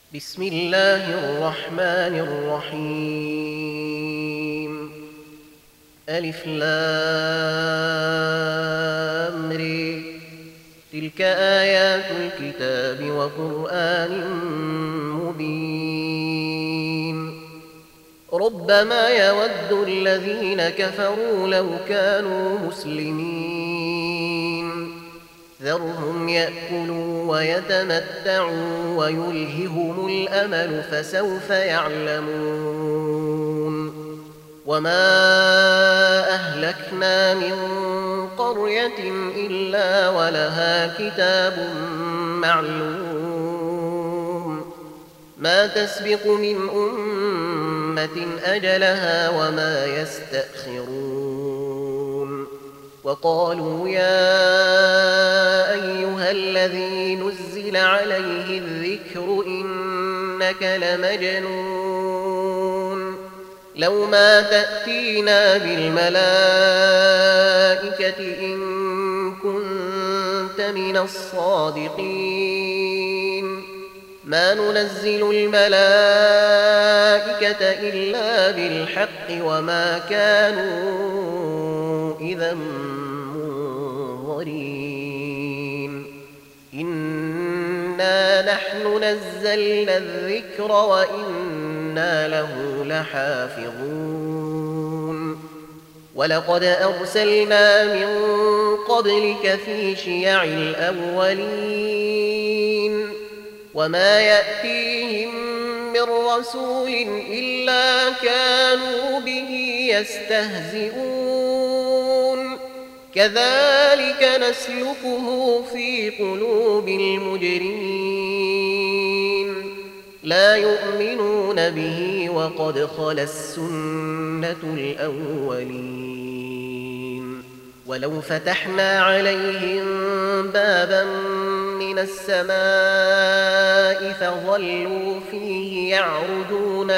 بسم الله الرحمن الرحيم. ألف لام ر. تلك آيات الكتاب وقرآن مبين. ربما يود الذين كفروا لو كانوا مسلمين. ذرهم يأكلوا ويتمتعوا ويلههم الأمل فسوف يعلمون. وما أهلكنا من قرية إلا ولها كتاب معلوم. ما تسبق من أمة أجلها وما يستأخرون. وقالوا يا أيها الذي نزل عليه الذكر إنك لمجنون. لو ما تأتينا بالملائكة إن كنت من الصادقين. ما ننزل الملائكة إلا بالحق وما كانوا إذا منظرين. إنا نحن نزلنا الذكر وإنا له لحافظون. ولقد أرسلنا من قبلك في شيع الأولين. وما يأتيهم من رسول إلا كانوا به يستهزئون. كذلك نسلكه في قلوب المجرمين. لا يؤمنون به وقد خلت السنة الأولين. ولو فتحنا عليهم بابا من السماء فظلوا فيه يعرجون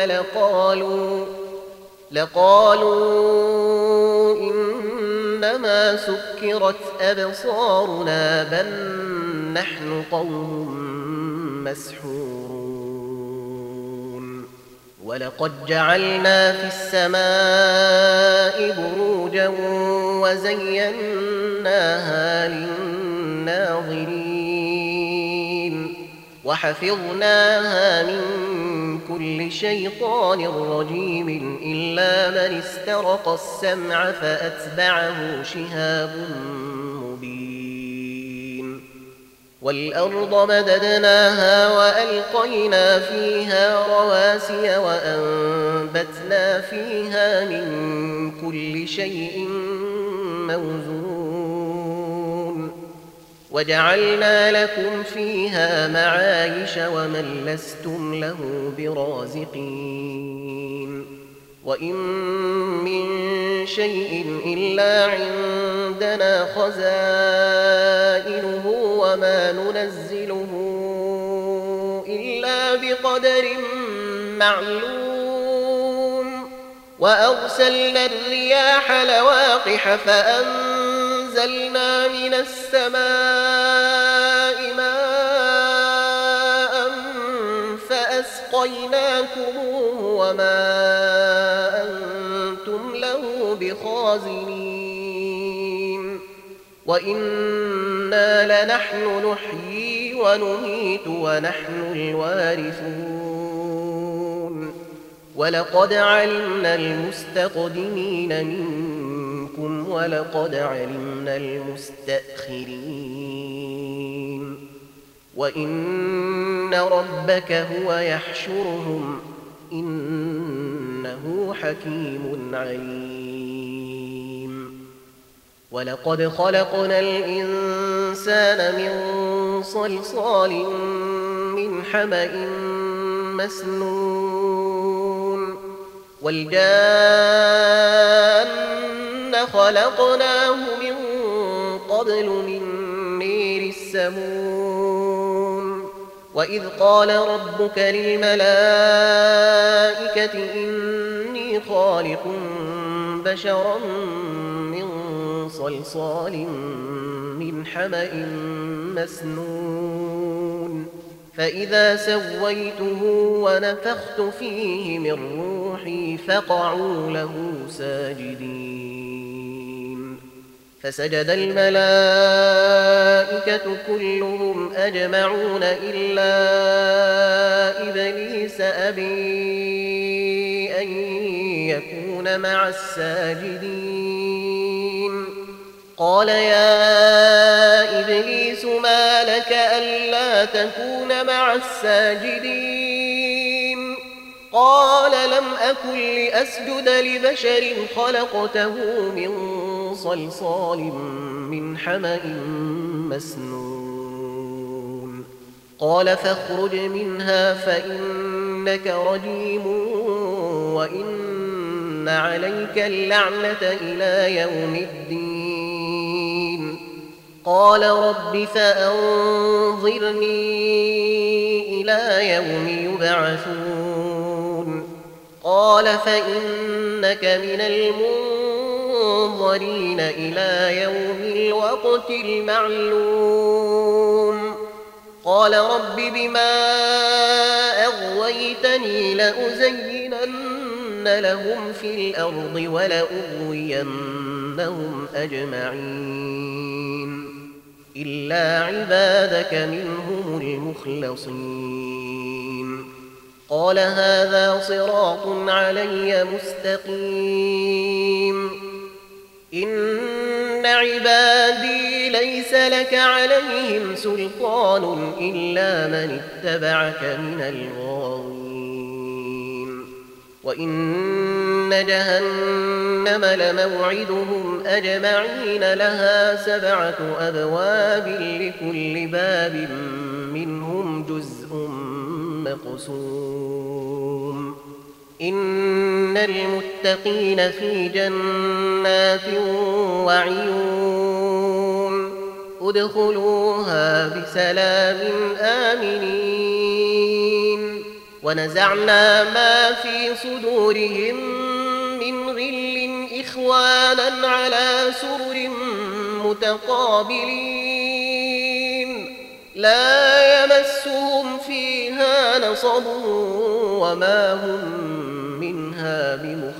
لقالوا إنما سكرت أبصارنا بل نحن قوم مسحورون. ولقد جعلنا في السماء بروجا وزيناها للناظرين وحفظناها من كل شيطان رجيم إلا من استرق السمع فأتبعه شهاب مبين. والأرض مددناها وألقينا فيها رواسي وأنبتنا فيها من كل شيء موزون. وجعلنا لكم فيها معايش ومن لستم له برازقين. وإن من شيء إلا عندنا خزائنه وما ننزله إلا بقدر معلوم. وأرسلنا الرياح لواقح فأنزلنا من السماء ماء فأسقيناكموه وما أنتم له بخازنين. وإنا لنحن نحيي ونميت ونحن الوارثون. ولقد علمنا المستقدمين منكم ولقد علمنا المستأخرين. وإن ربك هو يحشرهم إنه حكيم عليم. ولقد خلقنا الإنسان من صلصال من حمأ مسنون. والجان خلقناه من قبل من نير السموم. وإذ قال ربك للملائكة إني خالق بشرا من صلصال من حمأ مسنون فإذا سويته ونفخت فيه من روحي فقعوا له ساجدين فسجد الملائكة كلهم أجمعون إلا إبليس أبي أن يكون مع الساجدين قال يا إبليس ما لك ألا تكون مع الساجدين قال لم أكن لأسجد لبشر خلقته من صلصال من حمأ مسنون قال فاخرج منها فإنك رجيم وإن عليك اللعنة إلى يوم الدين قال رب فأنظرني إلى يوم يبعثون قال فإنك من المنظرين إلى يوم الوقت المعلوم قال رب بما أغويتني لأزينن لهم في الأرض ولأغوينهم أجمعين إلا عبادك منهم المخلصين قال هذا صراط علي مستقيم إن عبادي ليس لك عليهم سلطان إلا من اتبعك من الغاوين وإن جهنم لموعدهم أجمعين لها 7 أبواب لكل باب منهم جزء مقسوم إن المتقين في جنات وعيون ادخلوها بسلام آمنين ونزعنا ما في صدورهم من غل إخوانا على سرر متقابلين لا يمسهم فيها نصب وما هم منها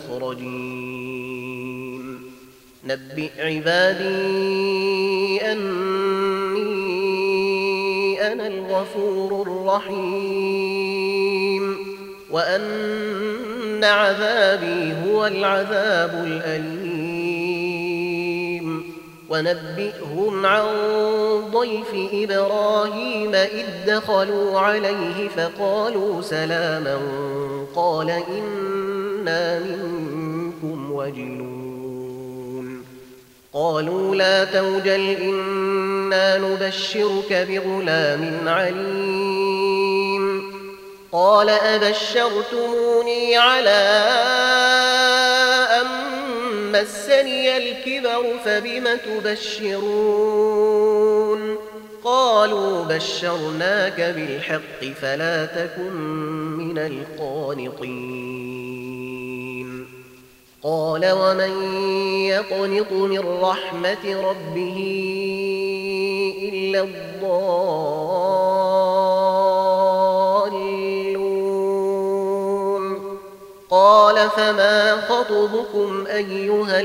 بمخرجين نبئ عبادي أني أنا الغفور الرحيم وأن عذابي هو العذاب الأليم ونبئهم عن ضيف إبراهيم إذ دخلوا عليه فقالوا سلاما قال إنا منكم وجلون قالوا لا توجل إنا نبشرك بغلام عليم قال أبشرتموني على أن مسني الكبر فبم تبشرون قالوا بشرناك بالحق فلا تكن من القانطين قال ومن يقنط من رحمة ربه إلا الضالون قال فما خطبكم أيها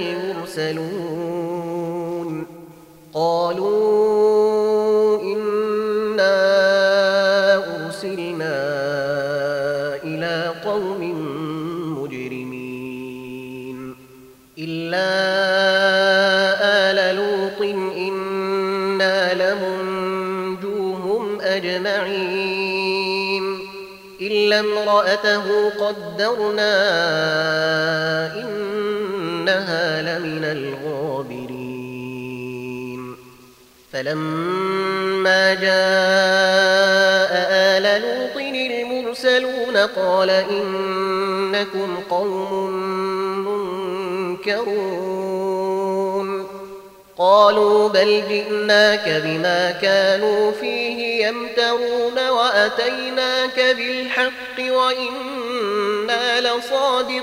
المرسلون قالوا إنا أرسلنا إلى قوم مجرمين إلا آل لوط إنا لمنجوهم أجمعين إلا امرأته قدرنا إنها لمن الغابرين فلما جاء آل لوط المرسلون قال إنكم قوم منكرون قالوا بل جئناك بما كانوا فيه يمترون وأتيناك بالحق وإنا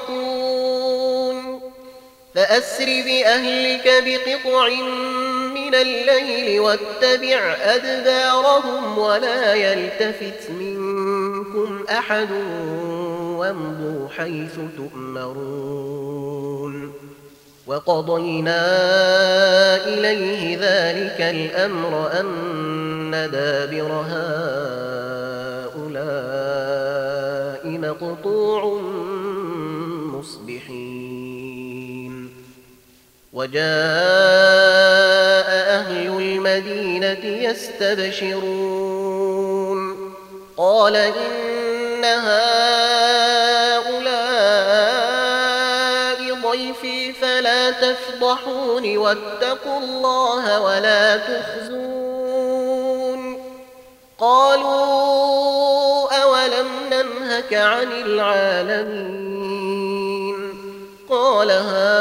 لصادقون فأسر بأهلك بقطع من من الليل واتبع أدبارهم ولا يلتفت منكم أحد وامضوا حيث تؤمرون وقضينا إليه ذلك الأمر أن دابر هؤلاء مقطوع مصبحين وجاء أهل المدينة يستبشرون قال إن هؤلاء ضيفي فلا تفضحون واتقوا الله ولا تخزون قالوا أولم ننهك عن العالمين قال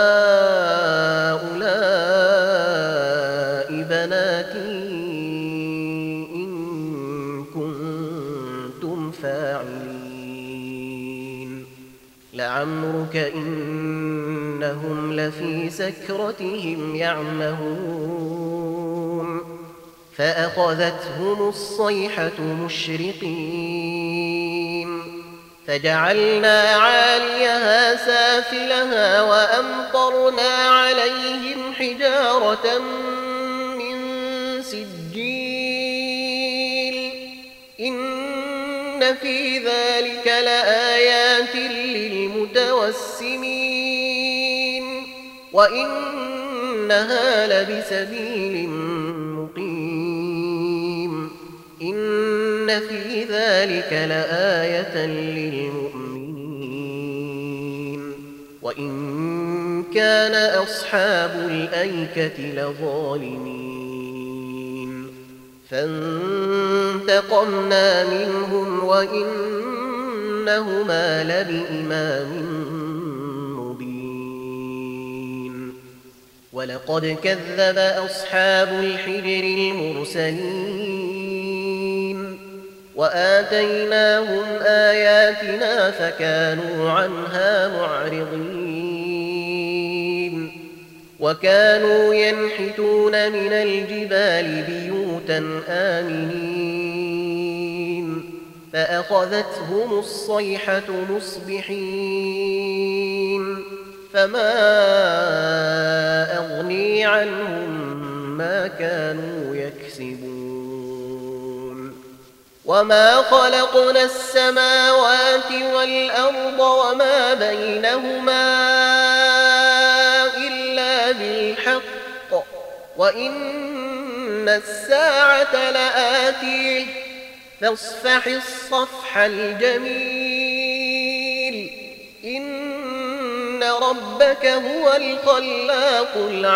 هؤلاء بناتي إن كنتم فاعلين لعمرك إنهم لفي سكرتهم يعمهون فأخذتهم الصيحة مشرقين فجعلنا عاليها سافلها وأمطرنا عليهم حجارة من سجيل إن في ذلك لآيات للمتوسمين وإنها لبسبيل مقيم إن في ذلك لآية للمؤمنين وإن كان أصحاب الأيكة لظالمين فانتقمنا منهم وإنهما لبإمام مبين ولقد كذب أصحاب الحجر المرسلين وآتيناهم آياتنا فكانوا عنها معرضين وكانوا ينحتون من الجبال بيوتا آمنين فأخذتهم الصيحة مصبحين فما أغني عنهم ما كانوا يكسبون وما خلقنا السماوات والأرض وما بينهما إلا بالحق وإن الساعة لآتيه فاصفح الصفح الجميل إن ربك هو الخلاق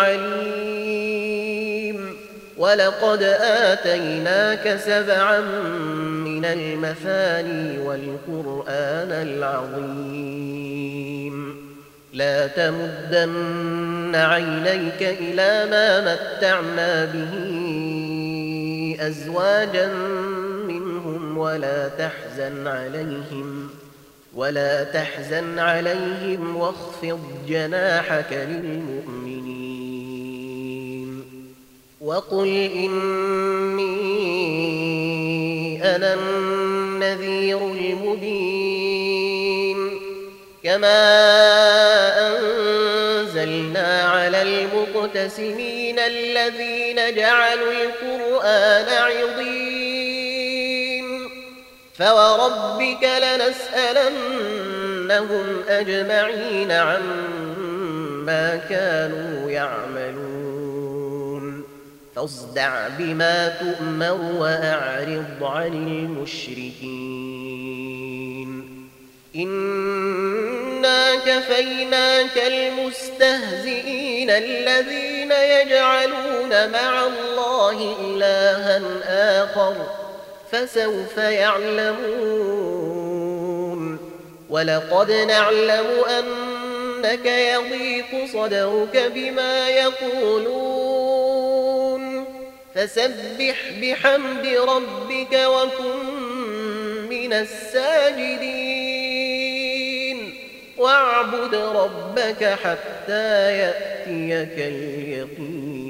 العليم ولقد آتيناك 7 من المثاني والقرآن العظيم لا تمدن عينيك إلى ما متعنا به أزواجا منهم ولا تحزن عليهم واخفض جناحك للمؤمنين وقل إني أنا النذير المبين كما أنزلنا على المقتسمين الذين جعلوا القرآن عضين فوربك لنسألنهم أجمعين عما كانوا يعملون فاصدع بما تؤمر وأعرض عن المشركين إنا كفيناك المستهزئين الذين يجعلون مع الله إلها آخر فسوف يعلمون ولقد نعلم أنك يضيق صدرك بما يقولون فسبح بحمد ربك وكن من الساجدين واعبد ربك حتى يأتيك اليقين.